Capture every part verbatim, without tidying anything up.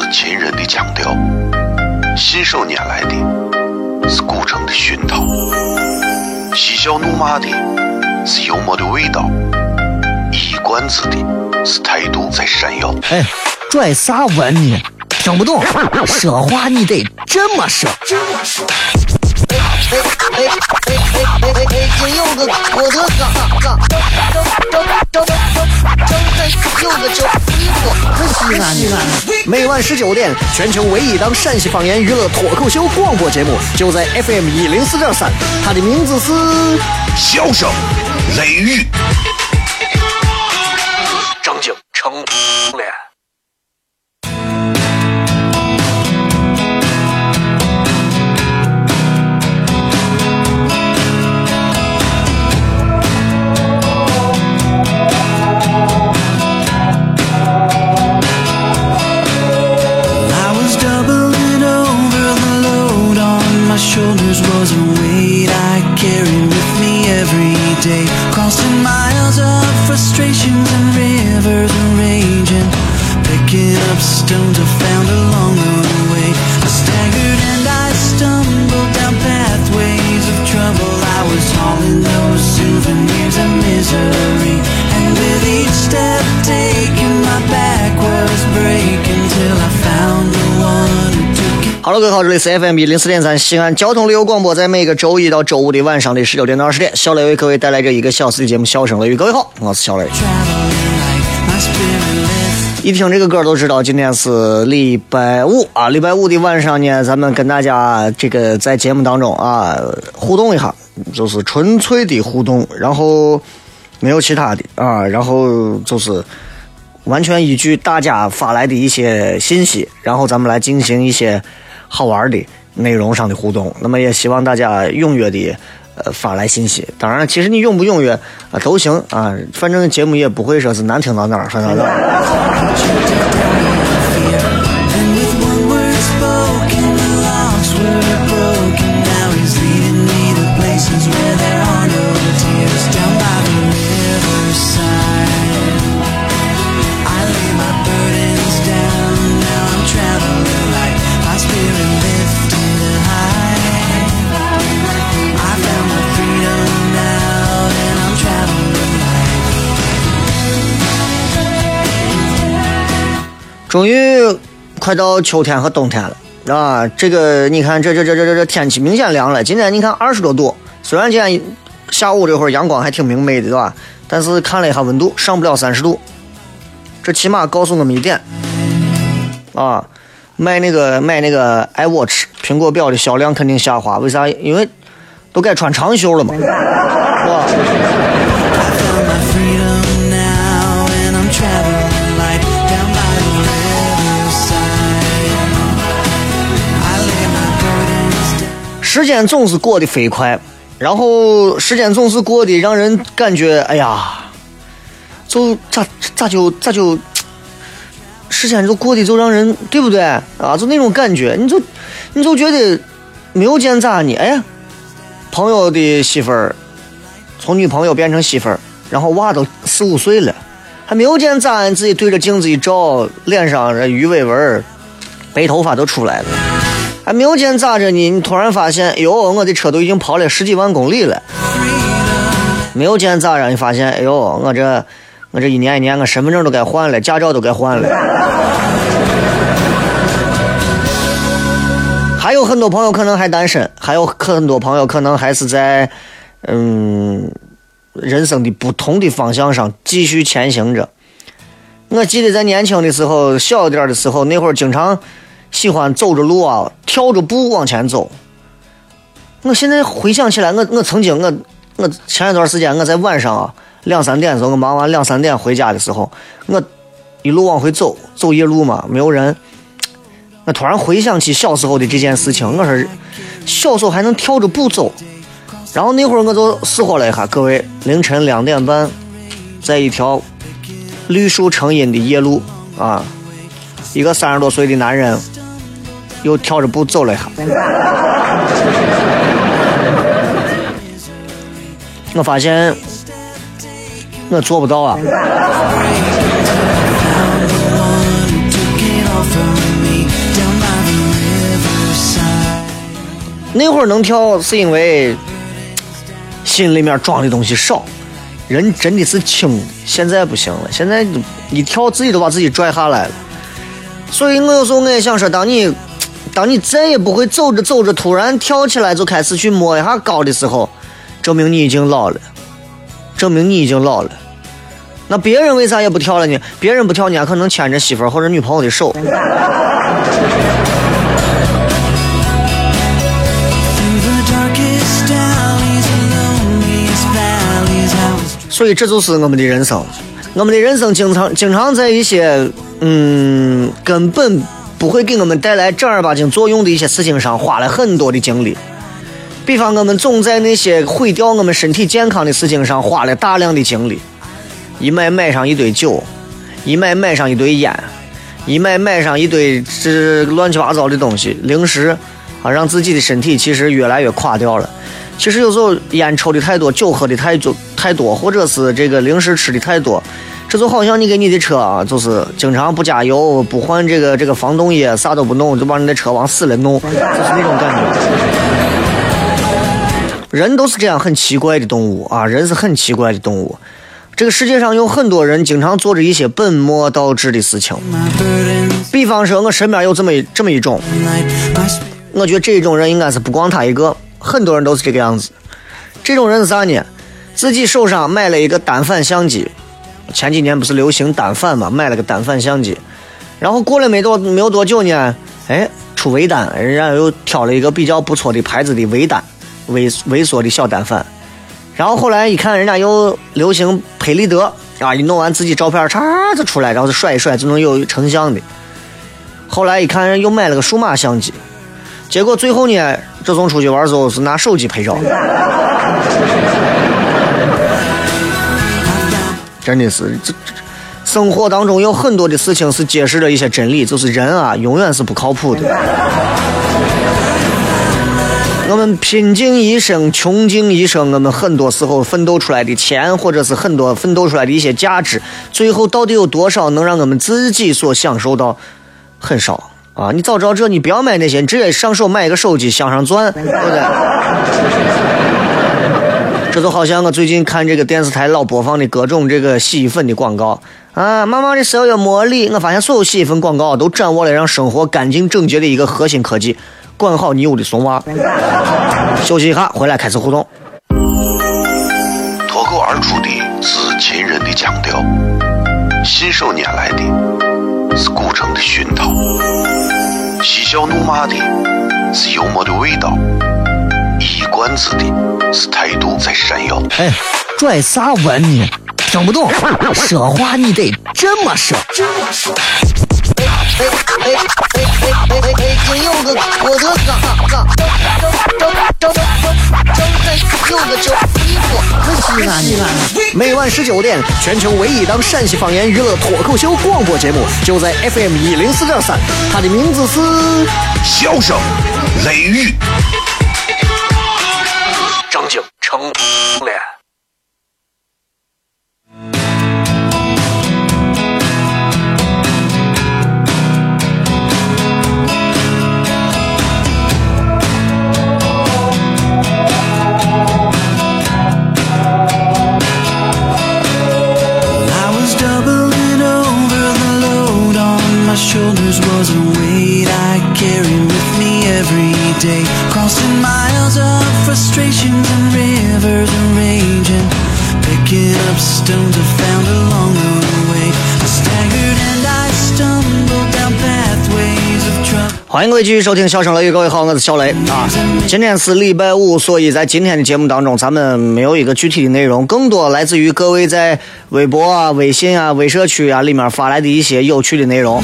秦人的腔调，信手拈来的是古城的熏陶，嬉笑怒骂的是幽默的味道，一冠子的是态度在闪耀。 哎，拽啥文呢？听不懂，说话你得这么说。哎哎哎哎哎哎哎！金柚子，我的嘎嘎，张张张张张张柚子酒，你我西安西安。每晚十九点，全球唯一档陕西方言娱乐脱口秀广播节目，就在 F M 一零四点三。它的名字是笑声雷雨， 张景成脸。 Shoulders was a weight I carried with me every day, crossing miles of frustrations and rivers of raging, picking up stones I found along the way. I staggered and I stumbled down pathways of trouble. I was hauling those souvenirs of misery, and with each step taken my back was breaking till I found the one who took it. Hello， 各位好，这里是 F M 一零四点三西安交通旅游广播，在每个周一到周五的晚上的十九点到二十点，小雷为各位带来这一个小时的节目《笑声雷雨》。各位好，我是小雷。一听这个歌都知道，今天是礼拜五啊！礼拜五的晚上呢，咱们跟大家这个在节目当中啊互动一下，就是纯粹的互动，然后没有其他的啊，然后就是完全依据大家发来的一些信息，然后咱们来进行一些好玩的内容上的互动。那么也希望大家踊跃的呃发来信息，当然其实你踊不踊跃啊都行啊，反正节目也不会说是难听到哪儿说到哪儿。终于快到秋天和冬天了啊！这个你看，这这这这这这天气明显凉了。今天你看二十多度，虽然今天下午这会儿阳光还挺明媚的，对吧？但是看了一下温度，上不了三十度。这起码告诉我们一点啊，卖那个卖那个 iWatch 苹果表的销量肯定下滑，为啥？因为都该穿长袖了嘛，是吧？时间总是过得飞快，然后时间总是过得让人感觉，哎呀，就咋咋就咋就，时间就过得就让人对不对啊？就那种感觉，你就你就觉得没有见咋你，哎呀，朋友的媳妇儿从女朋友变成媳妇儿，然后娃都四五岁了，还没有见咋，你自己对着镜子一照，脸上这鱼尾纹、白头发都出来了。还没有见咋着你，你突然发现，哎呦，我的车都已经跑了十几万公里了。没有见咋着，你发现，哎呦，我这我这一年一年，我身份证都该换了，驾照都该换了。还有很多朋友可能还单身，还有很多朋友可能还是在嗯人生的不同的方向上继续前行着。我记得在年轻的时候，小一点的时候，那会儿经常喜欢走着路啊，跳着步往前走。我现在回想起来，我我曾经我我前一段时间我在晚上啊两三点的时候，我忙完两三点回家的时候，我一路往回走，走夜路嘛，没有人。我突然回想起小时候的这件事情，我说小时候还能跳着步走。然后那会儿我就思考了一下，各位，凌晨两点半，在一条绿树成荫的夜路啊，一个三十多岁的男人又跳着步走了一下。我发现我做不到啊。 会儿能跳是因为心里面装的东西少，人真的是轻，现在不行了，现在一跳自己都把自己拽下来了。所以我有时候我也想说，当你当你再也不会走着走着突然跳起来就开始去摸一下高的时候，证明你已经老了，证明你已经老了。那别人为啥也不跳了呢？别人不跳，你还可能牵着媳妇儿或者女朋友的手。所以这就是我们的人生，我们的人生经常经常在一些嗯根本不会给我们带来正儿八经作用的一些事情上花了很多的精力。比方我们总在那些毁掉我们身体健康的事情上花了大量的精力，一买买上一堆酒，一买买上一堆烟，一买买上一堆这乱七八糟的东西零食啊，让自己的身体其实越来越垮掉了。其实有时候烟抽的太多，酒喝的太多太多，或者是这个零食吃的太多，这就好像你给你的车啊，就是经常不加油，不换这个这个防冻液，啥都不弄，就把你的车往死了弄，就是那种感觉。人都是这样很奇怪的动物啊，人是很奇怪的动物。这个世界上有很多人经常做着一些本末倒置的事情。比方说我身边有这么一这么一种，我觉得这一种人应该是不光他一个，很多人都是这个样子。这种人是啥呢？自己手上买了一个单反相机，前几年不是流行单反嘛，买了个单反相机，然后过了没多没有多久呢，哎，出微单，人家又挑了一个比较不错的牌子的微单，微微缩的小单反。然后后来一看人家又流行培利德啊，一弄完自己照片嚓就出来，然后就甩一甩就能有成像的。后来一看人又买了个数码相机，结果最后呢，这种出去玩的时候是拿手机拍照。真的是，这生活当中有很多的事情是揭示着一些真理，就是人啊，永远是不靠谱的。我们拼尽一生，穷尽一生，我们很多时候奋斗出来的钱，或者是很多奋斗出来的一些价值，最后到底有多少能让我们自己所享受到？很少啊！你早知道这，你不要买那些，你直接上手买一个手机，向上钻，对不对？这就好像我最近看这个电视台老播放的各种这个洗衣粉的广告啊，妈妈的手有魔力。我发现所有洗衣粉广告都掌握了让生活干净整洁的一个核心科技，管好你屋的怂娃。休息一下，回来开始互动。 脱口而出的是秦人的腔调，信手拈来的是古城的熏陶，嬉笑怒骂的是幽默的味道，一冠子的是态度在闪耀。 哎，拽啥文呢？听不懂，说话你得这么说。这么说。 哎哎哎哎哎哎哎！今有个我的嘎嘎，张张张张张张在有个叫衣服，可西安西安。每晚十九点，全球唯一档陕西方言娱乐脱口秀广播节目，就在 F M 一零四点三，它的名字是笑声雷雨。 张景成脸。 Shoulders was a weight I carry with me every day, crossing miles of frustrations and rivers and raging, picking up stones I found along the way. I staggered and I stumbled down pathways of trouble. 欢迎各位继续收听笑声雷雨，各位好，我是小雷啊。今天是礼拜五，所以在今天的节目当中，咱们没有一个具体的内容，更多来自于各位在微博啊、微信啊、微社区啊里面发来的一些有趣的内容。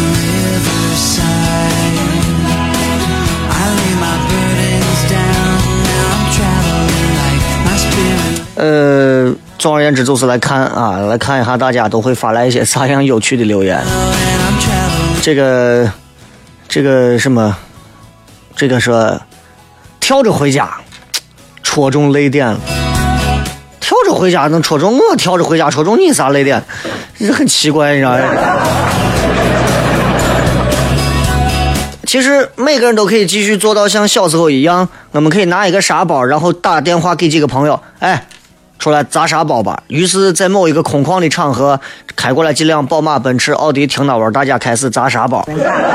呃，总而言之就是来看啊，来看一下大家都会发来一些啥样有趣的留言。这个，这个什么，这个说跳着回家，戳中泪点了。跳着回家能戳中我，跳着回家戳中你啥泪点？这很奇怪，你知道吗？其其实每个人都可以继续做到像小时候一样，我们可以拿一个沙包，然后打电话给几个朋友，哎，出来砸沙包吧。于是在某一个空旷的场合开过来几辆宝马、奔驰、奥迪，听到味儿，大家开始砸沙包。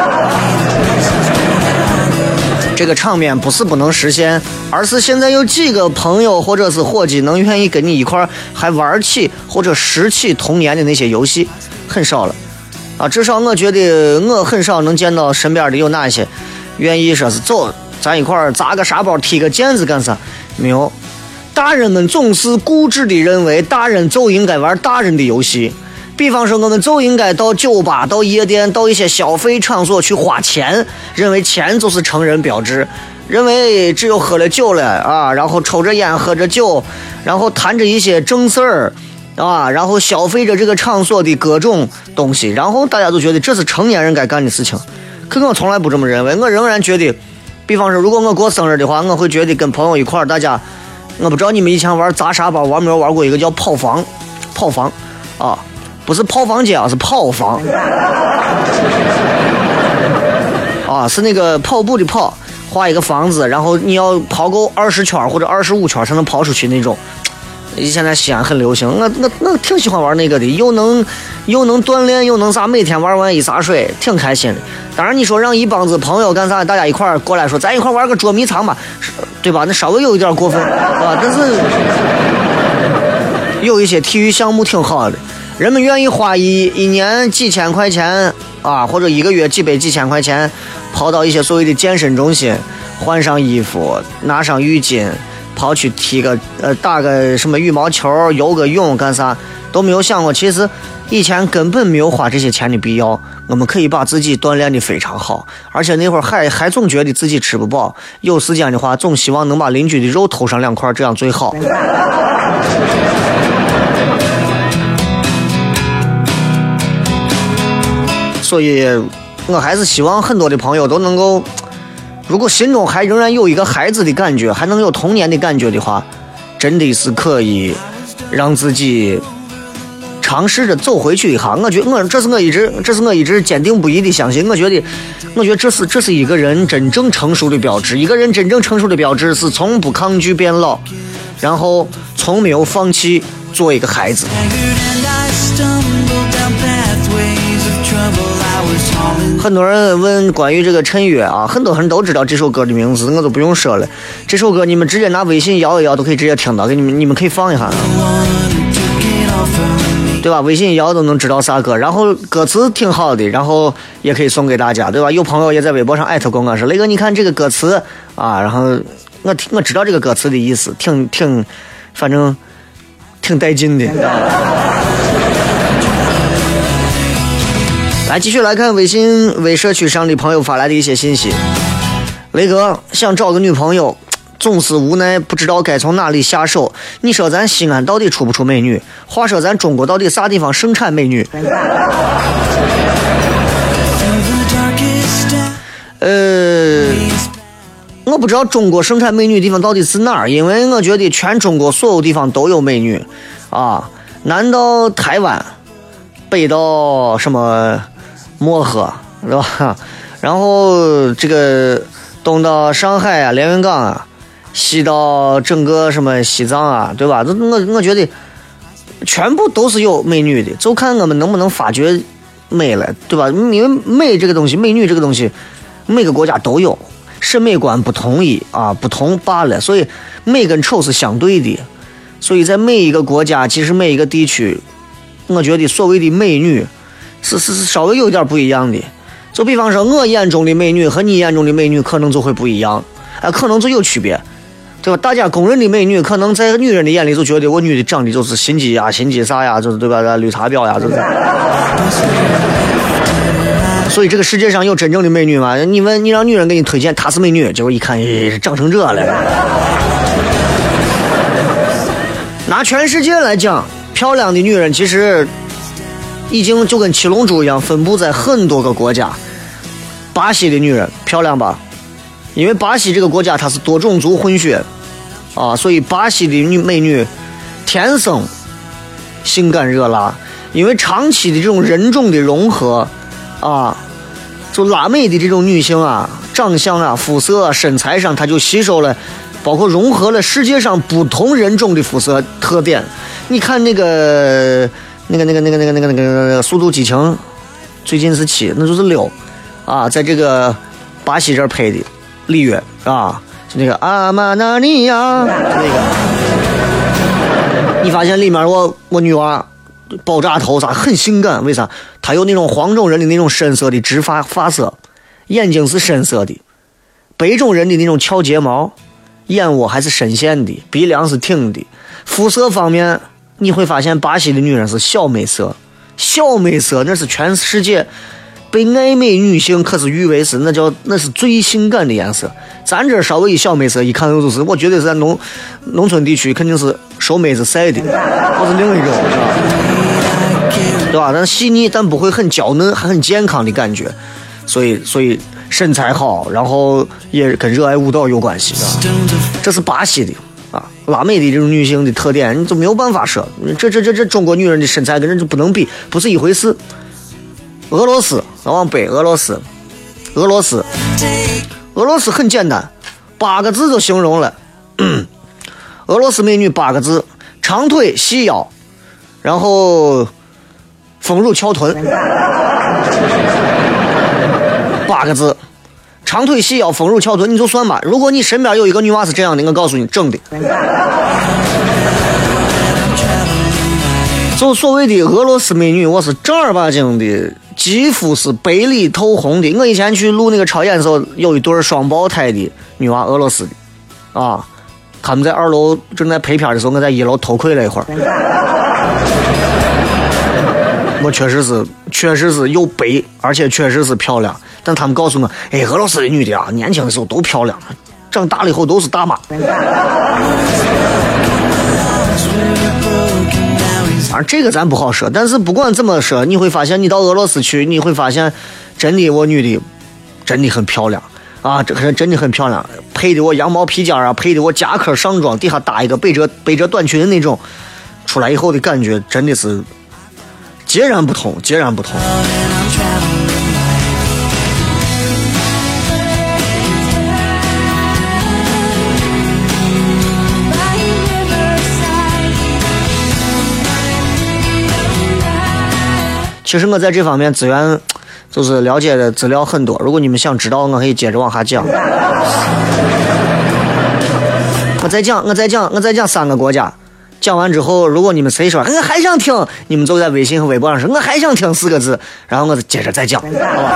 这个场面不是不能实现，而是现在有几个朋友或者是伙计能愿意跟你一块儿还玩起或者拾起童年的那些游戏，很少了啊。至少我觉得我很少能见到身边的有哪些愿意说是走咱一块儿砸个沙包踢个毽子干啥，没有。大人们总是固执地认为大人就应该玩大人的游戏，比方说我们就应该到酒吧、到夜店、到一些消费场所去花钱，认为钱就是成人标志，认为只有喝了酒了啊，然后抽着烟喝着酒，然后谈着一些正事儿啊，然后消费着这个场所的各种东西，然后大家都觉得这是成年人该干的事情。可我从来不这么认为，我仍然觉得，比方说如果我过生日的话，我会觉得跟朋友一块儿，大家，我不知道你们以前玩砸沙包玩没有玩过一个叫炮房，炮房啊，不是炮房街啊，是炮房啊，是那个跑步的跑，画一个房子，然后你要跑够二十圈或者二十五圈才能跑出去那种。现在西安很流行，我我我挺喜欢玩那个的，又能又能锻炼，又能啥，每天玩完一洒水，挺开心的。当然你说让一帮子朋友干啥，大家一块儿过来说咱一块玩个捉迷藏吧，对吧？那稍微有一点过分啊，但是有一些体育项目挺好的，人们愿意花一一年几千块钱啊，或者一个月几百几千块钱，跑到一些所谓的健身中心，换上衣服，拿上浴巾，跑去踢个呃打个什么羽毛球，游个泳干啥，都没有想过其实以前根本没有花这些钱的必要，我们可以把自己锻炼的非常好，而且那会儿还还总觉得自己吃不饱，有时间的话总希望能把邻居的肉偷上两块，这样最好。所以我还是希望很多的朋友都能够，如果心中还仍然有一个孩子的感觉，还能有童年的感觉的话，真的是可以让自己尝试着走回去一下。我觉得我这是我一直这是我一直坚定不移的相信，我觉得我觉得这是这是一个人真正成熟的标志。一个人真正成熟的标志是从不抗拒变老，然后从没有放弃做一个孩子。很多人问关于这个陈悦啊，很多人都知道这首歌的名字，我都不用说了。这首歌你们直接拿微信摇一摇都可以直接听到，给你们你们可以放一下，对吧？微信一摇都能知道啥歌，然后歌词挺好的，然后也可以送给大家，对吧？有朋友也在微博上艾特过我说，雷哥你看这个歌词啊，然后我我知道这个歌词的意思，挺挺反正挺带劲的。来继续来看微信微社区上的朋友发来的一些信息。雷哥想找个女朋友，总是无奈不知道该从哪里下手，你说咱西安到底出不出美女？话说咱中国到底啥地方生产美女？呃我不知道中国生产美女的地方到底是哪儿，因为我觉得全中国所有地方都有美女啊，南到台湾，北到什么漠河，对吧？然后这个东到上海啊、连云港啊，西到整个什么西藏啊，对吧？我我觉得全部都是有美女的，就看我们能不能发掘美了，对吧？因为美这个东西，美女这个东西，每个国家都有，审美观不同意啊，不同罢了。所以美跟丑是相对的，所以在每一个国家，其实每一个地区，我觉得所谓的美女是是是稍微有点不一样的。就比方说我眼中的美女和你眼中的美女可能就会不一样，啊，可能就有区别，对吧？大家公认的美女，可能在女人的眼里就觉得我女的长得就是心机呀、心机啥呀，就是对吧？绿茶婊呀，就是。所以这个世界上有真正的美女吗？你问你让女人给你推荐她是美女，结果一看，哎，长成这了。拿全世界来讲，漂亮的女人其实已经就跟七龙珠一样分布在很多个国家。巴西的女人漂亮吧？因为巴西这个国家它是多种族混血啊，所以巴西的女美女天生性感热辣，因为长期的这种人种的融合啊， 就拉美的这种女性啊，长相啊、肤色啊、身材上，她就吸收了，包括融合了世界上不同人种的肤色特点。你看那个、那个、那个、那个、那个、那个、那个《速度激情》，最近是七，那就是六啊，在这个巴西这儿拍的里约啊，就那个阿玛纳尼亚那个，你发现里面我我女娃爆炸头啥很性感，为啥？她有那种黄种人的那种深色的直发发色，眼睛是深色的；白种人的那种翘睫毛，眼窝还是深陷的，鼻梁是挺的。肤色方面，你会发现巴西的女人是小美色，小美色那是全世界被爱美女性可是誉为是那叫那是最性感的颜色。咱这稍微一小美色，一看就是我绝对是在农农村地区肯定是收妹子晒的，或是另一种，对吧？但细腻但不会很娇嫩，还很健康的感觉。所以所以身材好，然后也跟热爱舞蹈有关系，这是巴西的啊，拉美的这种女性的特点，你就没有办法说，这这这这中国女人的身材跟人就不能比，不是一回事。俄罗斯，往北，俄罗斯，俄罗斯，俄罗斯很简单，八个字就形容了。俄罗斯美女八个字：长腿细腰，然后丰乳翘臀。八个字，长腿细腰，丰乳翘臀，你就算吧。如果你身边有一个女娃是这样的，我告诉你，整的。就所谓的俄罗斯美女，我是正儿八经的，肌肤是白里透红的。我以前去录那个超演的时候，有一对双胞胎的女娃，俄罗斯的，啊，他们在二楼正在拍片的时候，我在一楼偷窥了一会儿。我确实是，确实是又白，而且确实是漂亮。但他们告诉我，哎，俄罗斯的女的啊，年轻的时候都漂亮，长大了以后都是大妈。反正这个咱不好说，但是不管怎么说，你会发现你到俄罗斯去，你会发现真的我女的真的很漂亮啊，这个真的很漂亮，配的我羊毛披肩啊，配的我夹克上装，底下搭一个背着背着短裙的那种，出来以后的感觉真的是截然不同，截然不同。其实我在这方面资源就是了解的资料很多，如果你们想知道，我可以接着往下讲。我再讲，我再讲，我再讲三个国家。讲完之后，如果你们谁说我还想听，你们就在微信和微博上说我还想听四个字，然后我接着再讲，好吧？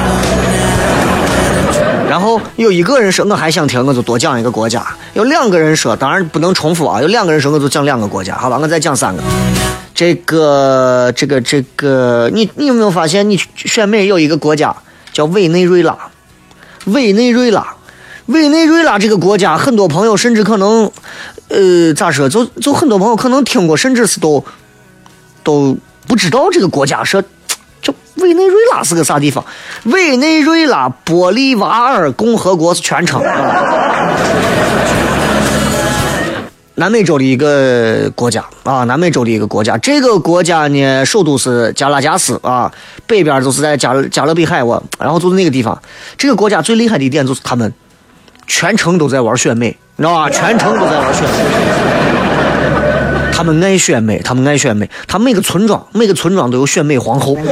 然后有一个人说我还想听，我就多讲一个国家；有两个人说，当然不能重复啊，有两个人说我就讲两个国家，好吧？我再讲三个。这个这个这个，你你有没有发现，你选美有一个国家叫委内瑞拉？委内瑞拉，委内瑞拉这个国家，很多朋友甚至可能，呃，咋说？就就很多朋友可能听过，甚至是都都不知道这个国家是，就委内瑞拉是个啥地方？委内瑞拉玻利瓦尔共和国是全称啊。南美洲的一个国家啊，南美洲的一个国家，这个国家呢，首都是加拉加斯啊，北边就是在加加勒比海湾，然后就是那个地方。这个国家最厉害的一点就是他们全程都在玩选美，你知道吧？全程都在玩选美，他们爱选美，他们爱选美，他们每个村庄每个村庄都有选美皇后。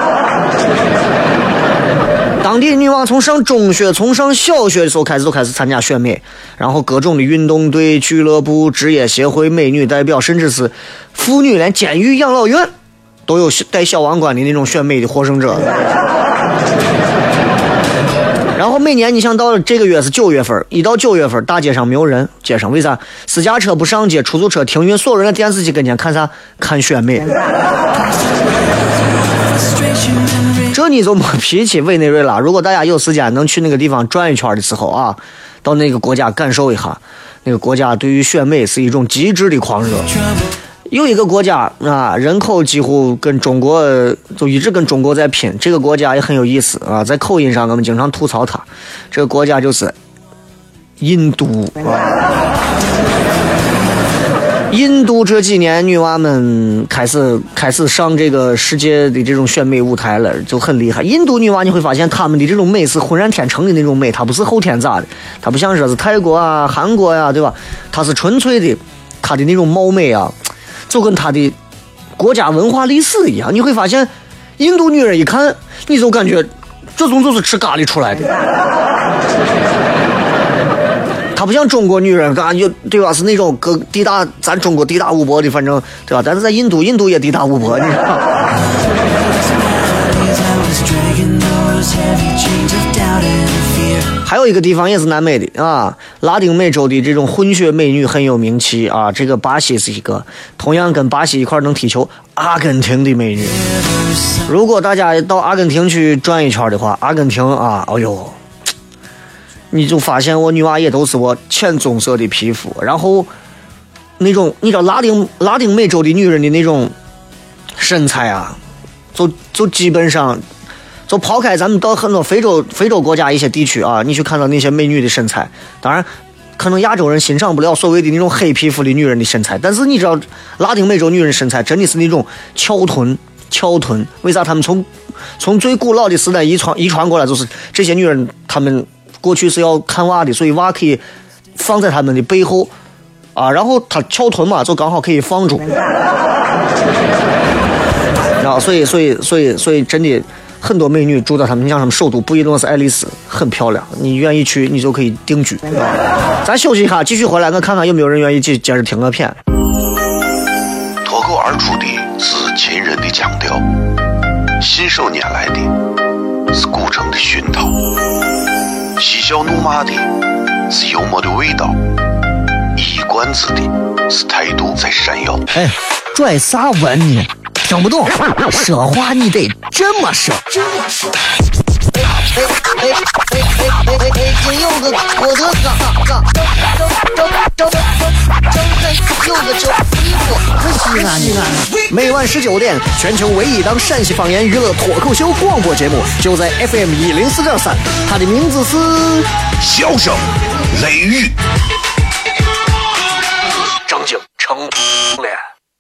当地女王从上中学从上小学的时候开始都开始参加选美，然后各种的运动队、俱乐部、职业协会、美女代表，甚至是妇女连监狱养老院都有带小王冠的那种选美的获胜者。然后每年你想到这个月是九月份，一到九月份大街上没有人，街上为啥？私家车不上街，出租车停运，所有人在电视机跟前看啥？看选美。这你就没脾气。委内瑞拉，如果大家有时间能去那个地方转一圈的时候啊，到那个国家感受一下，那个国家对于选美是一种极致的狂热。有一个国家啊，人口几乎跟中国就一直跟中国在拼，这个国家也很有意思啊，在口音上我们经常吐槽它，这个国家就是印度啊。 印度这几年女娃们开始开始上这个世界的这种选美舞台了，就很厉害。印度女娃你会发现她们的这种美是浑然天成的那种美，她不是后天咋的，她不像说是泰国啊、韩国呀、啊，对吧？她是纯粹的，她的那种貌美啊，就跟她的国家文化历史一样。你会发现，印度女人一看，你就感觉这种就是吃咖喱出来的。她不像中国女人，感觉对吧？是那种个地大，咱中国地大物博的，反正对吧？但是在印度，印度也地大物博，你知道吗？还有一个地方也是南美的啊，拉丁美洲的这种混血美女很有名气啊。这个巴西是一个，同样跟巴西一块能踢球，阿根廷的美女。如果大家到阿根廷去转一圈的话，阿根廷啊，哎呦。你就发现我女娃也都是我浅棕色的皮肤，然后那种你知道拉丁拉丁美洲的女人的那种身材啊，就就基本上就抛开咱们到很多非洲非洲国家一些地区啊，你去看到那些美女的身材，当然可能亚洲人欣赏不了所谓的那种黑皮肤的女人的身材，但是你知道拉丁美洲女人身材真的是那种翘臀翘臀，为啥他们从从最古老的时代遗传遗传过来，就是这些女人她们过去是要看娃的，所以娃可以放在他们的背后啊，然后他翘臀嘛，就刚好可以放住。然后所以所以所以所以真的很多美女住到他们，你像他们首都不一定是爱丽丝，很漂亮，你愿意去你就可以定居。啊、咱休息一下，继续回来，我看看有没有人愿意接接着听个片。 脱口而出的是秦人的腔调，信手拈来的是古城的熏陶。嬉笑怒骂的是幽默的味道，一冠子的是态度在闪耀。 哎，拽啥文呢？听不懂，说话你得这么说。这么说。哎哎哎哎哎哎哎！今有个我的嘎嘎，张张张张张开有个叫衣服，可西安西安。 每晚十九点，全球唯一档陕西方言娱乐脱口秀广播节目，就在 F M 一零四点三，它的名字是笑声雷雨， 张景成脸。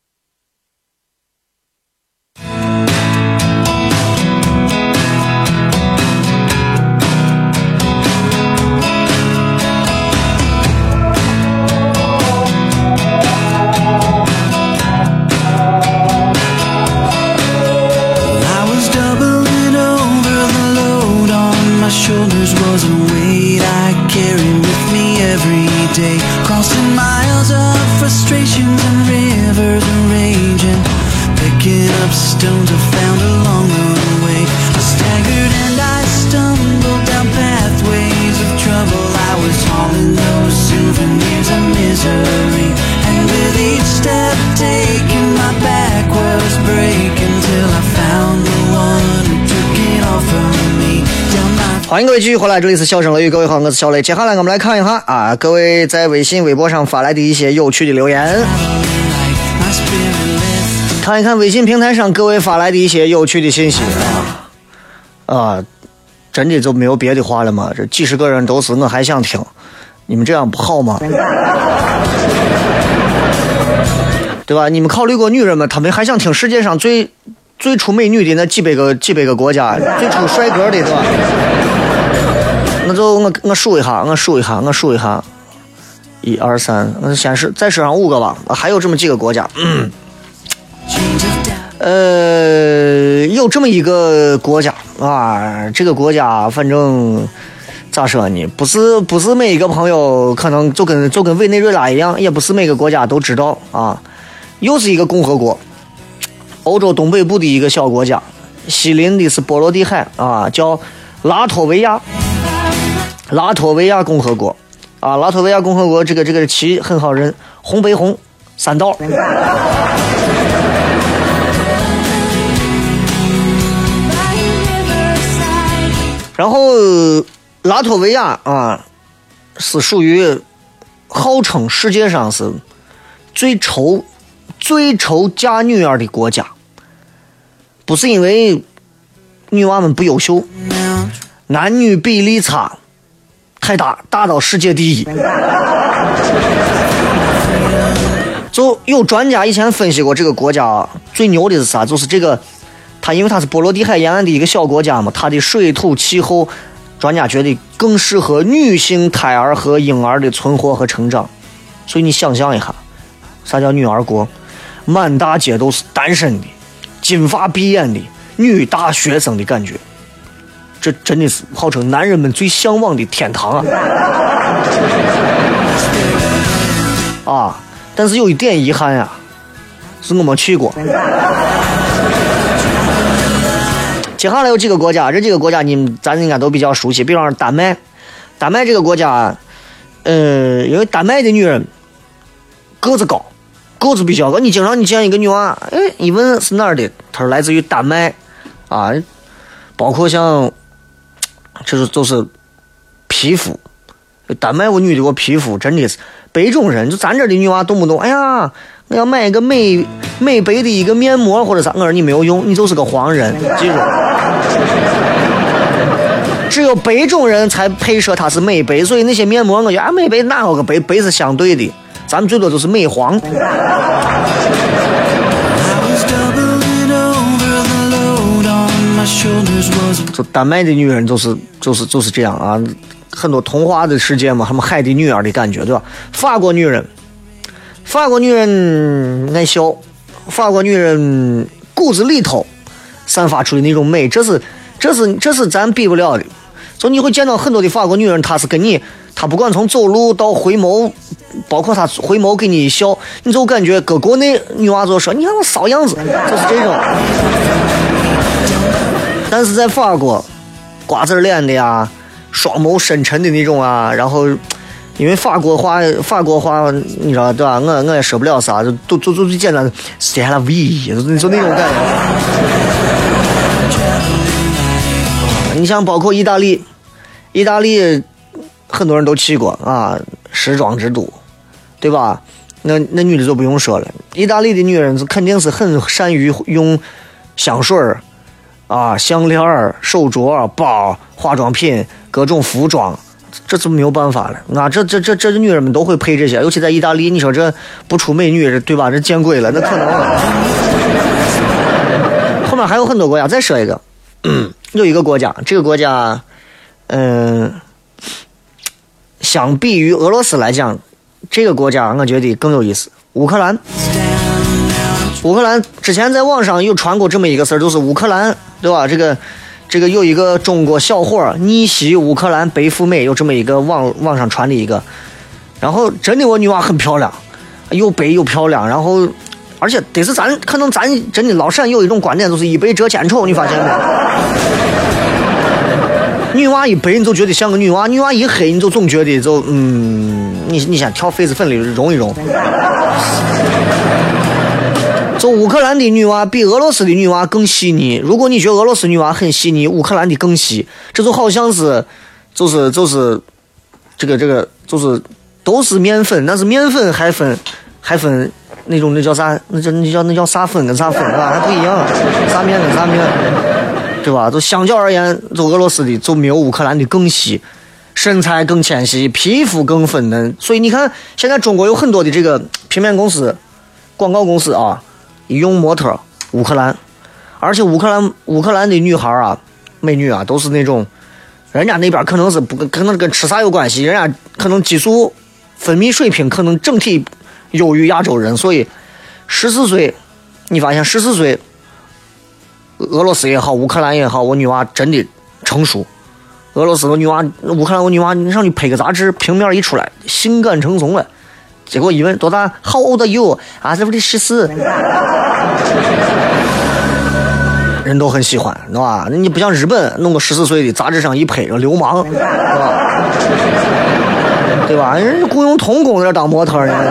Shoulders was a weight I carried with me every day, crossing miles of frustrations and rivers and raging, picking up stones I found along the way. I staggered and I stumbled down pathways of trouble. I was hauling those souvenirs of misery, and with each step taken my back was breaking till I found the one who took it all from me. 欢迎各位继续回来，这里是笑声雷雨，各位好，我是小雷。接下来我们来看一下啊，各位在微信、微博上发来的一些有趣的留言，看一看微信平台上各位发来的一些有趣的信息啊啊，真的就没有别的话了吗？这几十个人都是我还想听，你们这样不好吗？对吧？你们考虑过女人们，他们还想听世界上最最出美女的那几百个几百个国家，最出帅哥的，对吧？那就我我数一下，我数一下，我数一下，一二三，我先是再说上五个吧，还有这么几个国家。嗯，呃，有这么一个国家啊，这个国家反正咋说呢？不是不是每一个朋友可能就跟就跟委内瑞拉一样，也不是每个国家都知道啊。又是一个共和国，欧洲东北部的一个小国家，西临的是波罗的海啊，叫拉脱维亚。拉脱维亚共和国啊，拉脱维亚共和国这个这个旗很好认，红白红三道。然后拉脱维亚啊是属于号称世界上是最愁最愁嫁女儿的国家，不是因为女娃们不优秀，男女比例差太大，大到世界第一。 就有专家以前分析过这个国家最牛的是啥，就是这个它因为它是波罗的海沿岸的一个小国家嘛，它的水土气候专家觉得更适合女性胎儿和婴儿的存活和成长。所以你想象一下，啥叫女儿国？满大街都是单身的金发碧眼的女大学生的感觉，这真的是号称男人们最向往的天堂啊！啊，但是有一点遗憾呀、啊，是我没去过。接下来有几个国家，这几个国家你们咱应该都比较熟悉，比方说丹麦。丹麦这个国家，呃，因为丹麦的女人个子高，个子比较高，你经常你见一个女娃，哎，一问是哪儿的，她是来自于丹麦啊，包括像。就是就是皮肤，丹麦我女的我皮肤真的是白种人，就咱这的女娃动不动，哎呀，我要买一个美美白的一个面膜或者啥，我说你没有用，你就是个黄人，记住，只有白种人才配说它是美白，所以那些面膜我觉得啊美白哪有个白白是相对的，咱们最多就是美黄。就丹麦的女人就是就是就是这样啊，很多童话的世界嘛，他们海的女儿的感觉，对吧？法国女人，法国女人爱笑，法国女人骨子里头散发出的那种美，这是这是这是咱比不了的。所以你会见到很多的法国女人，她是跟你，她不管从走路到回眸，包括她回眸给你一笑，你就感觉搁国内女娃就说你看我骚样子，就是这种。但是在法国，瓜子脸的呀，双眸深沉的那种啊，然后因为法国话，法国话你知道对吧？我我也说不了啥，就都都都最简单的 ，c'est la vie， 就就那种感觉。你像包括意大利，意大利很多人都去过啊，时装之都，对吧？那那女的就不用说了，意大利的女人肯定是很善于用香水啊、项链、手镯、包、化妆品、各种服装，这就没有办法了。那这这这这女人们都会配这些，尤其在意大利，你说这不出美女，对吧？这见鬼了，那可能了。后面还有很多国家，再说一个，嗯，有一个国家，这个国家，嗯，相比于俄罗斯来讲，这个国家我觉得更有意思，乌克兰。乌克兰之前在网上有传过这么一个事儿，就是乌克兰，对吧？这个这个有一个中国小伙逆袭乌克兰白富美，有这么一个网网上传的一个，然后真的我女娃很漂亮，又白又漂亮，然后而且得是咱可能咱真的老陕有一种观点，就是一白遮千丑，你发现没？女娃一白你就觉得像个女娃，女娃一黑你就总觉得就嗯，你你先挑痱子粉里融一融。就乌克兰的女娃比俄罗斯的女娃更细腻，如果你觉得俄罗斯女娃很细腻，乌克兰的更细，这就好像是就是就是这个这个就是都是面粉，但是面粉还分还分那种那叫啥，那叫那叫那叫啥粉跟啥粉啊，还不一样，啥面跟啥面，对吧？就相较而言，就俄罗斯的就没有乌克兰的更细，身材更纤细，皮肤更粉嫩。所以你看现在中国有很多的这个平面公司、广告公司啊，用模特乌克兰，而且乌克兰乌克兰的女孩啊，美女啊，都是那种人家那边可能是不可能跟吃啥有关系，人家可能激素分泌水平可能整体优于亚洲人，所以十四岁你发现十四岁俄罗斯也好乌克兰也好，我女娃真的成熟。俄罗斯的女娃乌克兰我女娃，你上去拍个杂志，平面一出来性感成怂了，结果一问多大 How old are you 啊，这不是十四，人都很喜欢，知道吧？你不像日本弄个十四岁的杂志上一拍，流氓，对吧？对吧？人家雇佣童工在这当模特呢。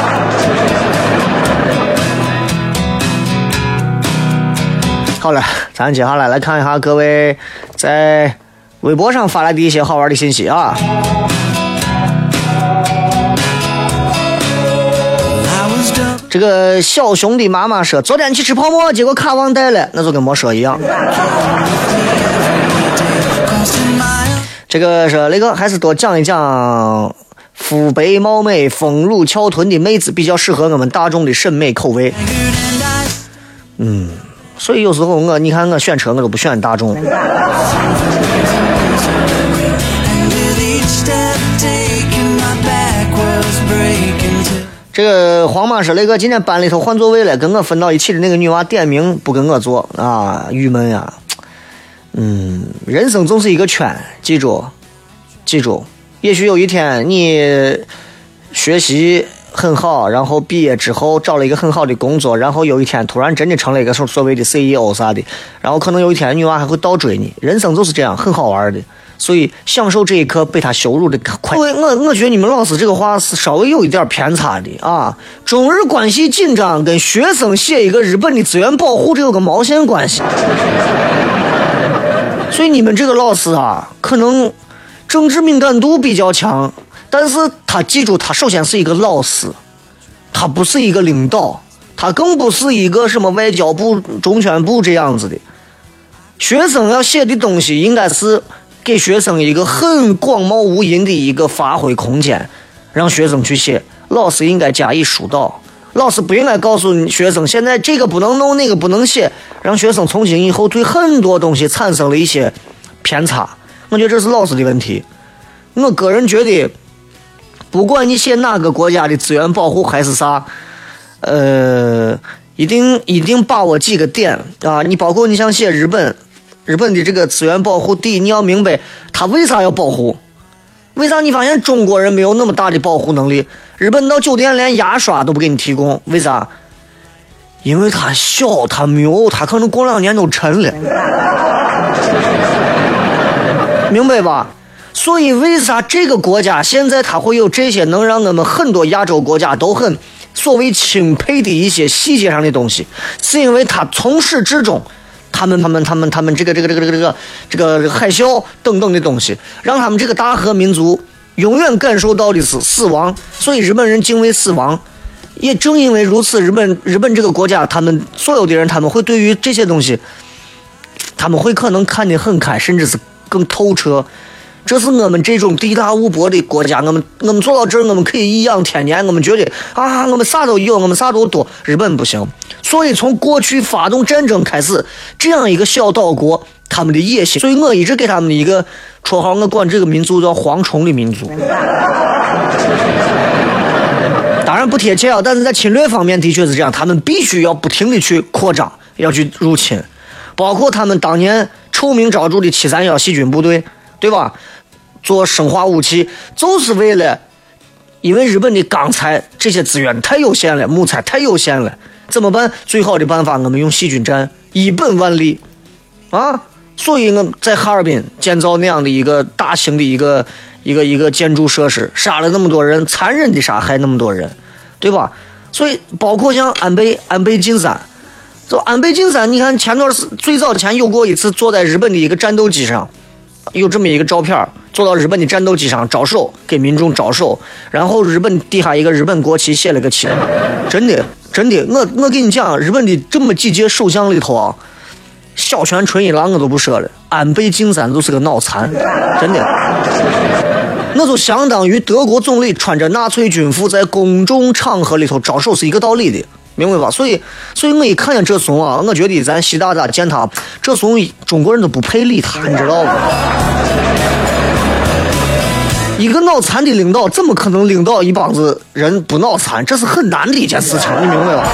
好了，咱接下来来看一下各位在微博上发来的一些好玩的信息啊。这个小熊的妈妈说，昨天去吃泡沫，结果卡忘带了，那就跟没说一样。这个说雷哥还是多讲一讲肤白貌美、丰乳翘臀的妹子比较适合我们大众的审美口味。嗯，所以有时候我你看我选车我都不选大众。这个皇马说那个今天班里头换座位了，跟我分到一起的那个女娃点名不跟我坐啊，郁闷呀。嗯，人生总是一个圈，记住记住，也许有一天你学习很好，然后毕业之后找了一个很好的工作，然后有一天突然真的成了一个所谓的 C E O 啥的，然后可能有一天女娃还会倒追你，人生就是这样，很好玩的。所以享受这一刻被他羞辱的快。我我觉得你们老师这个话是稍微有一点偏差的啊！中日关系紧张跟学生写一个日本的资源保护这有个毛线关系？所以你们这个老师啊，可能政治敏感度比较强，但是他记住，他首先是一个老师，他不是一个领导，他更不是一个什么外交部、中宣部这样子的。学生要写的东西应该是给学生一个很广袤无垠的一个发挥空间，让学生去写。老师应该加以疏导，老师不应该告诉学生现在这个不能弄那个不能写，让学生从今以后对很多东西产生了一些偏差。我觉得这是老师的问题。我个人觉得不管你写哪个国家的资源保护还是啥，呃一定一定把握几个点啊！你包括你想写日本日本的这个资源保护，第一你要明白他为啥要保护，为啥你发现中国人没有那么大的保护能力？日本到酒店连牙刷都不给你提供，为啥？因为他小，他没有，他可能过两年都沉了，明白吧？所以为啥这个国家现在他会有这些能让我们很多亚洲国家都很所谓钦佩的一些细节上的东西，是因为他从始至终他们他们他们他们这个这个这个这个这个这个海啸等等的东西，让他们这个大和民族永远感受到的是死亡，所以日本人敬畏死亡。也正因为如此，日本日本这个国家，他们所有的人他们会对于这些东西，他们会可能看得很开，甚至是更透彻。这是我们这种地大物博的国家，我们我们做到这儿，我们可以颐养天年，我们觉得啊，我们啥都有，我们啥都多。日本不行，所以从过去发动战争开始，这样一个小岛国，他们的野心，所以我一直给他们的一个绰号，我管这个民族叫蝗虫的民族。当然不贴切啊，但是在侵略方面的确是这样，他们必须要不停的去扩张，要去入侵，包括他们当年臭名昭著的七三一细菌部队，对吧？做生化武器就是为了，因为日本的钢材这些资源太有限了，木材太有限了，怎么办？最好的办法我们用细菌战，一本万利啊！所以我在哈尔滨建造那样的一个大型的一个一个一个建筑设施，杀了那么多人，残忍的杀害那么多人，对吧？所以包括像安倍安倍晋三，就安倍晋三，你看前段时最早前有过一次坐在日本的一个战斗机上，有这么一个照片，坐到日本的战斗机上招手，给民众招手，然后日本底下一个日本国旗写了个旗，真的真的，我我跟你讲，日本的这么几届首相里头啊，小泉纯一郎我都不说了，安倍晋三就是个脑残，真的。那就相当于德国总理穿着纳粹军服在公众场合里头招手是一个道理的，明白吧？所以，所以我一看见这怂啊，我觉得咱习大大见他这怂，中国人都不配理他，你知道吗？一个脑残的领导怎么可能领导一帮子人不脑残？这是很难的一件事情，你明白吧？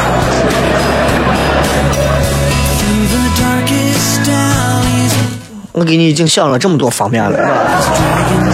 我给你已经想了这么多方面了，是吧？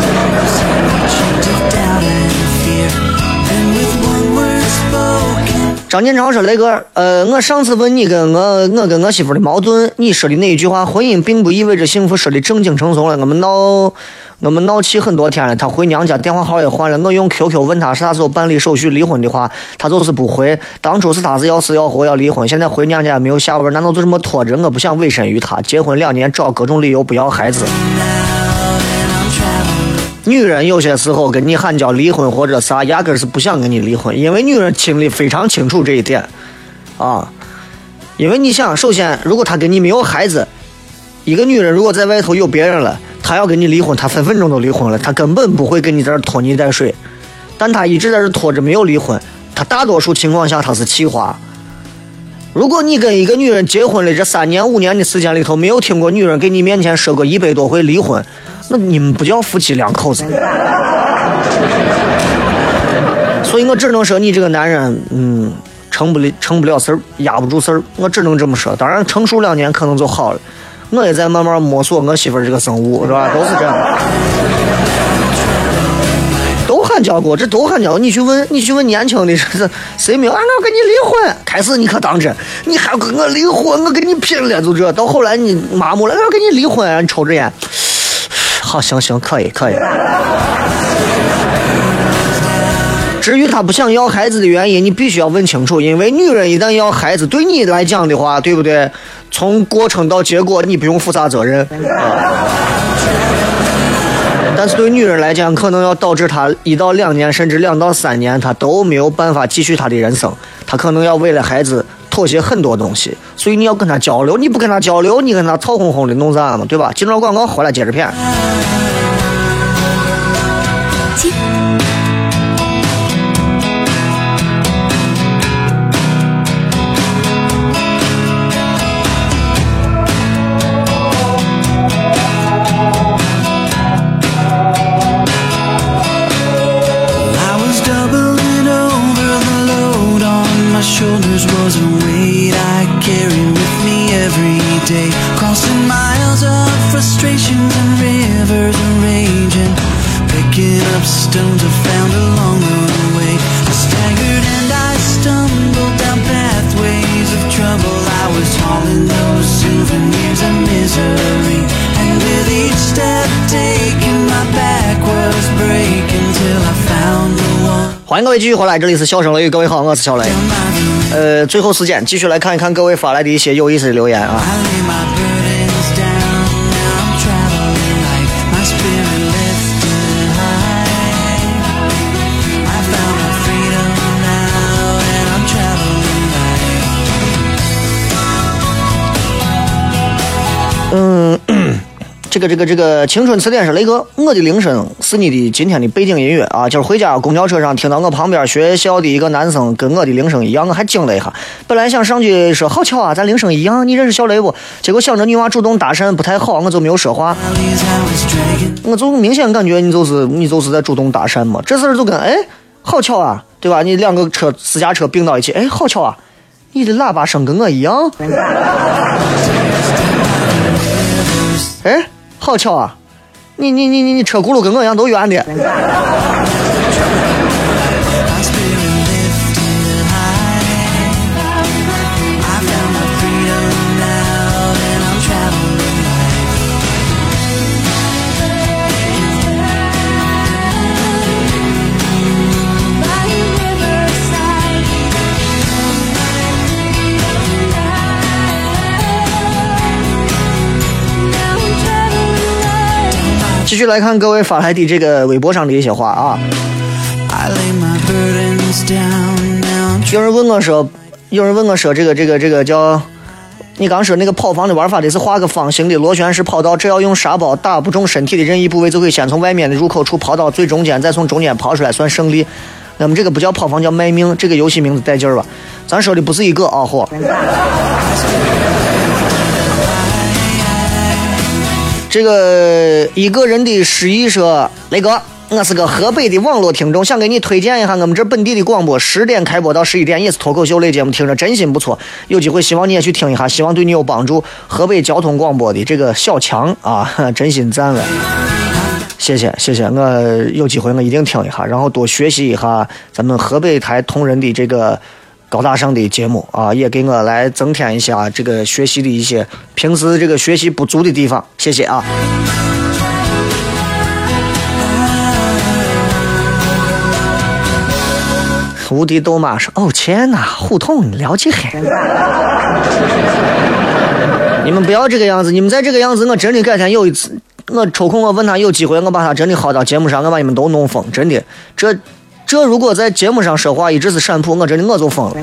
张建超说雷哥，呃，我上次问你跟我我跟我媳妇的矛盾，你说的那一句话，婚姻并不意味着幸福，说的正经成怂了，我们闹我们闹气很多天了，他回娘家，电话号也换了，我用 Q Q 问他啥时候办理手续离婚的话，他就是不回，当初是他是要死要活要离婚，现在回娘家也没有下文，难道就这么拖着？我不想委身于他，结婚两年找各种理由不要孩子。女人有些时候跟你喊叫离婚或者啥，压根是不想跟你离婚，因为女人心里非常清楚这一点啊。因为你想，首先如果她跟你没有孩子，一个女人如果在外头有别人了，她要跟你离婚，她分分钟都离婚了，她根本不会跟你在这拖泥带水。 但他一直在这拖着没有离婚，他大多数情况下他是气话。如果你跟一个女人结婚了这三年五年的时间里头，没有听过女人给你面前说过一百多回离婚，那你们不叫夫妻两口子。所以我只能说你这个男人，嗯，成不了成不了事儿，压不住事儿，我只能这么说。当然成熟两年可能就好了。我也在慢慢摸索我媳妇儿这个生物，是吧？都是这样。都喊叫过，这都喊叫。你去问，你去问年轻的，是谁没有？啊，我跟你离婚。开始你可当真，你还跟我离婚，我跟你拼了，就这。到后来你麻木了，我跟你离婚，你抽着烟。好，行行，可以可以。至于他不想要孩子的原因，你必须要问清楚，因为女人一旦要孩子，对你来讲的话，对不对？从过程到结果，你不用负啥责任。啊但是对女人来讲，可能要导致她一到两年，甚至两到三年，她都没有办法继续她的人生。她可能要为了孩子妥协很多东西，所以你要跟她交流。你不跟她交流，你跟她吵哄哄的弄啥嘛，对吧？进入广告，回来接着骗。 Shoulders was a weight I carried with me every day, crossing miles of frustrations and rivers are raging, picking up stones I found along the way. I staggered and I stumbled down pathways of trouble. I was hauling those souvenirs of misery, and with each step taken my back was breaking till I found the one. 欢迎各位继续回来，这里是笑声雷雨，各位好，我是小雷。呃，最后时间继续来看一看各位发来的一些有意思的留言啊。嗯。这个这个这个青春词典是雷哥，我的铃声是你的今天的背景音乐啊！就是回家公交车上听到我旁边学校的一个男生跟我的铃声一样，我还惊了一下。本来想上去说好巧啊，咱铃声一样，你认识小雷不？结果想着女娃主动搭讪不太好，我就没有说话。我就明显感觉你就是你就是在主动搭讪嘛。这事儿就跟哎好巧啊，对吧？你两个车私家车并到一起，哎好巧啊，你的喇叭声跟我一样。哎。好巧啊！你你你你你车轱辘跟我一样都圆的。继续来看各位发来的这个微博上的一些话啊。有人问我说，有人问我说，这个这个这个叫你刚说那个跑房的玩法得是画个方形的螺旋式跑道，只要用沙包打不中身体的任意部位，就会先从外面的入口处跑到最中间，再从中间跑出来算胜利。那么这个不叫跑房，叫卖命，这个游戏名字带劲儿吧？咱说的不是一个啊货。这个一个人的失忆说，雷哥，我是个河北的网络听众，想给你推荐一下我们这本地的广播，十点开播到十一点，也是脱口秀类节目，听着真心不错。有机会希望你也去听一下，希望对你有帮助。河北交通广播的这个小强啊，真心赞了，谢谢谢谢，我有机会我一定听一下，然后多学习一下咱们河北台同仁的这个高大上的节目啊，也给我来增添一下这个学习的一些平时这个学习不足的地方，谢谢啊。无敌斗马说：“哦天哪，胡同你了解很。你们不要这个样子，你们再这个样子，我真的改天有一次，我抽空我问他有机会，我把他真的薅到节目上，我把你们都弄疯，真的这。”这如果在节目上说话一直是闪扑，我真的我就疯了。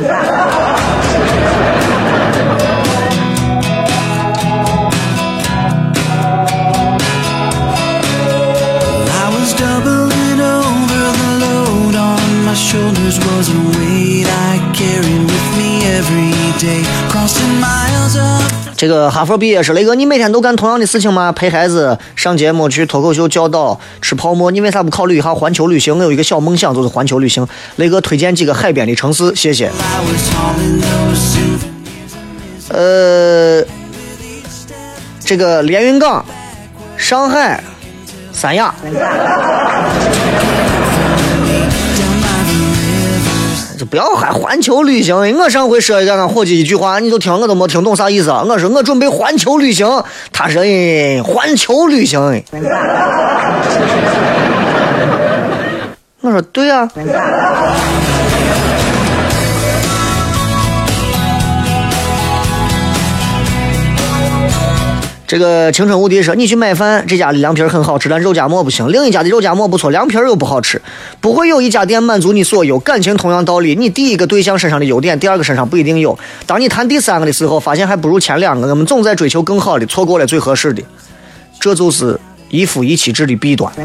这个哈佛毕业是雷哥，你每天都干同样的事情吗？陪孩子上节目，去脱口秀教导，吃泡沫，你为啥不考虑一下环球旅行？我有一个小梦想，就是环球旅行。雷哥推荐几个海边的城市，谢谢。呃，这个连云港、上海、三亚。不要喊环球旅行，我上回说一个俺伙计一句话，你都听我都没听懂啥意思。我说我准备环球旅行，他说哎，环球旅行。我说对啊。这个青春无敌说，你去买饭，这家的凉皮很好吃，但肉夹馍不行。另一家的肉夹馍不错，凉皮又不好吃。不会有一家店满足你所有。感情同样道理，你第一个对象身上的优点，第二个身上不一定有。当你谈第三个的时候，发现还不如前两个。我们总在追求更好的，错过了最合适的。这就是一夫一妻制的弊端。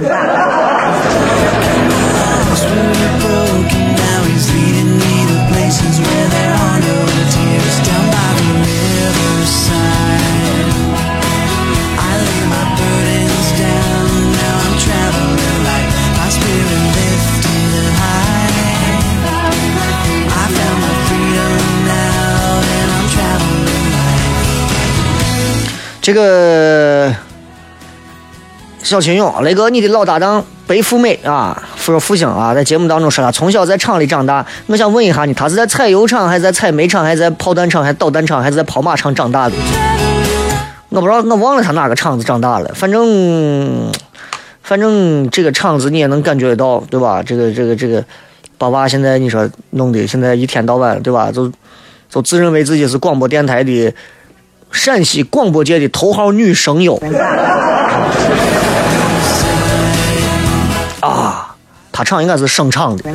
这个小秦勇，雷哥，你的老搭档白富美啊，说复兴啊，在节目当中说他从小在厂里长大。我想问一下你，他是在采油厂，还是在采煤厂，还是在炮弹厂，还是导弹厂，还是在跑马场长大的？我不知道，我忘了他哪个厂子长大了。反正，反正这个厂子你也能感觉到，对吧？这个这个这个，爸爸现在你说弄的，现在一天到晚，对吧？就就自认为自己是广播电台的。陕西广播界的头号女声优啊，她唱应该是声唱的。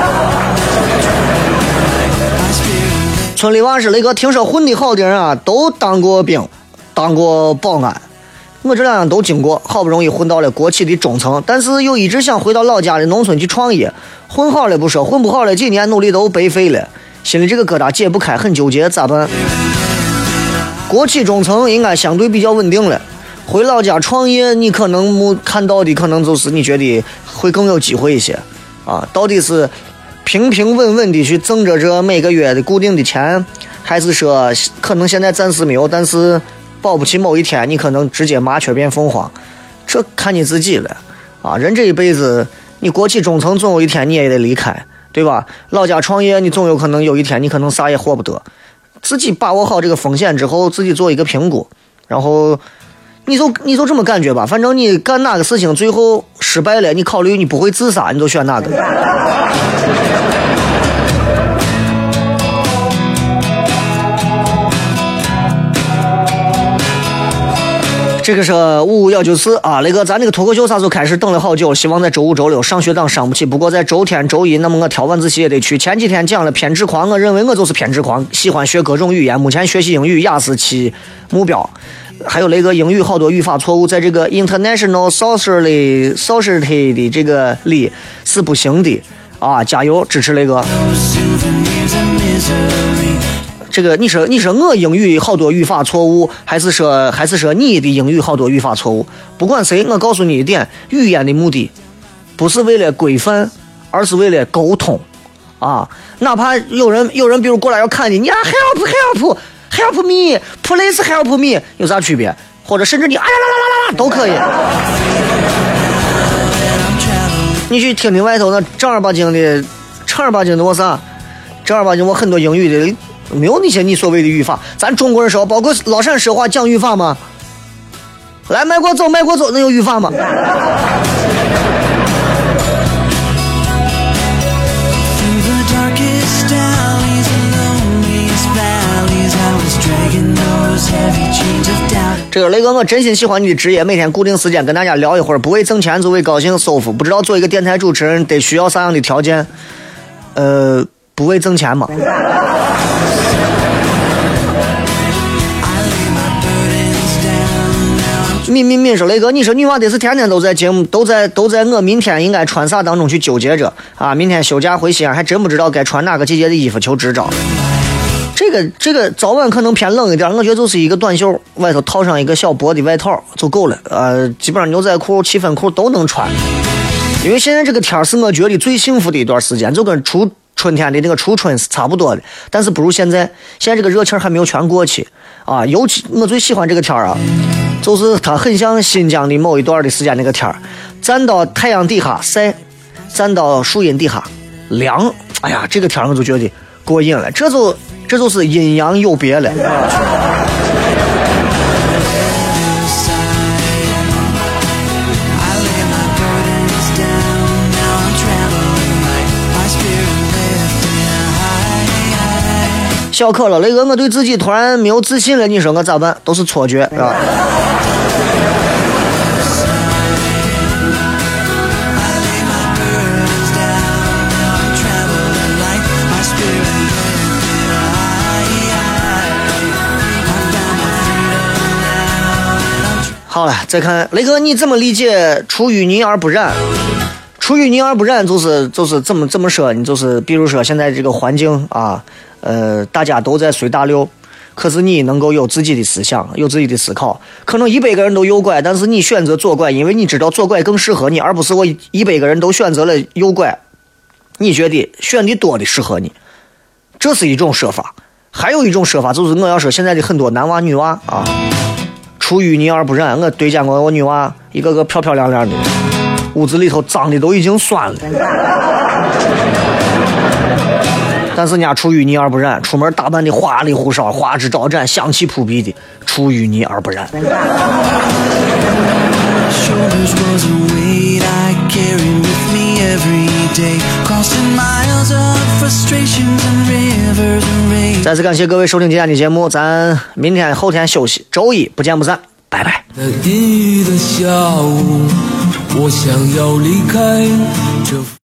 村里娃是雷哥，听说混的好的人啊，都当过兵，当过保安。我这两样都经过，好不容易混到了国企的中层，但是又一直想回到老家的农村去创业。混好了不说，混不好了几年努力都白费了，心里这个疙瘩解不开，很纠结，咋办？国企中层应该相对比较稳定了，回老家创业，你可能看到的可能就是你觉得会更有机会一些啊。到底是平平稳稳的去挣着这每个月的固定的钱，还是说可能现在暂时没有，但是保不齐某一天你可能直接麻雀变凤凰，这看你自己了啊。人这一辈子，你国企中层总有一天你也得离开，对吧？老家创业，你总有可能有一天你可能啥也获不得。自己把握好这个风险之后，自己做一个评估，然后你就你就这么感觉吧。反正你干哪个事情最后失败了，你考虑你不会自杀，你就选哪个。这个是五五幺九四啊，雷哥，咱这个脱口秀啥时候开始？等了好久，希望在周五周六上学档上不起，不过在周天周一，那么我挑晚自习也得去。前几天讲了偏执狂，我认为我就是偏执狂，喜欢学各种语言，目前学习英语雅思七目标。还有雷哥英语好多语法错误，在这个 International Society Society 的这个里是不行的啊！加油，支持雷哥。这个你说你说我英语好多语法错误，还是说还是说你的英语好多语法错误？不管谁，我告诉你一点，语言的目的不是为了规范，而是为了沟通啊！哪怕有人有人比如过来要看你，你啊 help help help me please help me 有啥区别？或者甚至你啊啦啦啦啦啦都可以。你去听听外头那正儿八经的正儿八经的我啥？正儿八经我很多英语的。没有那些你所谓的语法，咱中国人说，包括老陕说话讲语法吗？来，迈过走，迈过走，那有语法吗？这个雷哥，我真心喜欢你的职业，每天固定时间跟大家聊一会儿，不为挣钱，就为高兴舒服。不知道做一个电台主持人得需要啥样的条件？呃，不为挣钱嘛。敏敏敏说雷哥，你说女娃得是天天都在节目，都在都在我明天应该穿啥当中去纠结着啊！明天休假回西安，还真不知道该穿哪个季节的衣服求支招。 这个这个早晚可能偏冷一点，我觉得就是一个短袖，外头套上一个小薄的外套就够了。呃，基本上牛仔裤、七分裤都能穿。因为现在这个天是我觉得最幸福的一段时间，就跟初春天的那个初春是差不多的，但是不如现在。现在这个热气还没有全过去啊！尤其我最喜欢这个天啊，就是它很像新疆的某一段的时间那个天，站到太阳底下晒，站到树荫底下凉。哎呀，这个天我就觉得过瘾了，这就这就是阴阳有别了。小可了，雷哥，我对自己突然没有自信了，你说我咋办？都是错觉，是吧？好了，再看雷哥，你怎么理解出淤泥而不染？出淤泥而不染就是就是这么这么说，你就是比如说现在这个环境啊。呃，大家都在随大流，可是你能够有自己的思想，有自己的思考。可能一百个人都右拐，但是你选择左拐，因为你知道左拐更适合你，而不是我一百个人都选择了右拐，你觉得选的多的适合你，这是一种说法。还有一种说法就是我要说现在的很多男娃女娃啊，出淤泥而不染。我对见过我女娃一个个漂漂亮亮的，屋子里头脏的都已经酸了。但是人家出淤泥而不染，出门打扮的花里胡哨、花枝招展、香气扑鼻的，出淤泥而不染。再次感谢各位收听今天的节目，咱明天后天休息，周一不见不散，拜拜。 阴雨的下午，我想要离开这